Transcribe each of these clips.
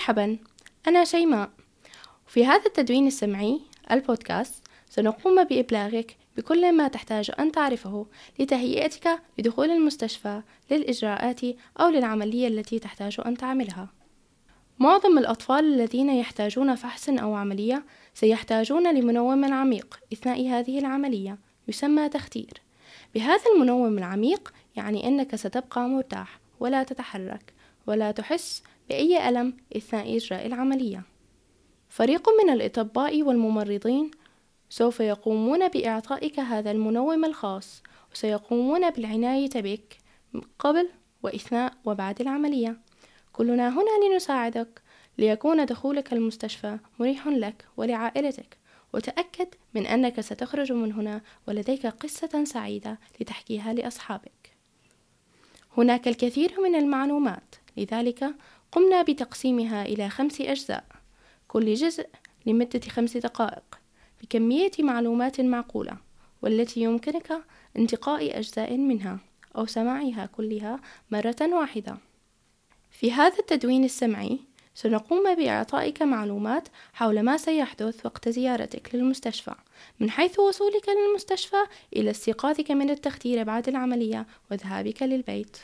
مرحبا، أنا شيماء. في هذا التدوين السمعي البودكاست سنقوم بإبلاغك بكل ما تحتاج أن تعرفه لتهيئتك لدخول المستشفى للإجراءات أو للعملية التي تحتاج أن تعملها. معظم الأطفال الذين يحتاجون فحص أو عملية سيحتاجون لمنوم عميق أثناء هذه العملية، يسمى تختير. بهذا المنوم العميق يعني أنك ستبقى مرتاح ولا تتحرك ولا تحس بأي ألم أثناء إجراء العملية. فريق من الأطباء والممرضين سوف يقومون بإعطائك هذا المنوم الخاص، وسيقومون بالعناية بك قبل وأثناء وبعد العملية. كلنا هنا لنساعدك ليكون دخولك المستشفى مريح لك ولعائلتك، وتأكد من أنك ستخرج من هنا ولديك قصة سعيدة لتحكيها لأصحابك. هناك الكثير من المعلومات، لذلك قمنا بتقسيمها إلى 5 أجزاء، كل جزء لمدة 5 دقائق بكمية معلومات معقولة، والتي يمكنك انتقاء أجزاء منها أو سماعها كلها مرة واحدة. في هذا التدوين السمعي سنقوم بإعطائك معلومات حول ما سيحدث وقت زيارتك للمستشفى، من حيث وصولك للمستشفى إلى استيقاظك من التخدير بعد العملية وذهابك للبيت.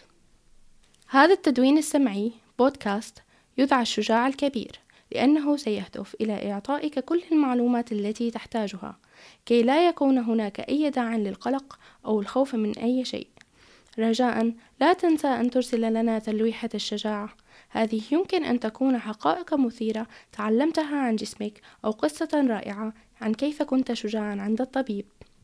هذا التدوين السمعي بودكاست يدعى الشجاع الكبير، لأنه سيهدف إلى إعطائك كل المعلومات التي تحتاجها كي لا يكون هناك أي داع للقلق أو الخوف من أي شيء. رجاء لا تنسى أن ترسل لنا تلويحة الشجاعة، هذه يمكن أن تكون حقائق مثيرة تعلمتها عن جسمك أو قصة رائعة عن كيف كنت شجاعا عند الطبيب.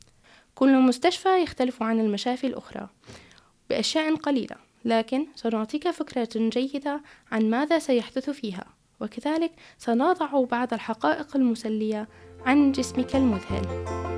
كل مستشفى يختلف عن المشافي الأخرى بأشياء قليلة، لكن سنعطيك فكرة جيدة عن ماذا سيحدث فيها، وكذلك سنضع بعض الحقائق المسلية عن جسمك المذهل.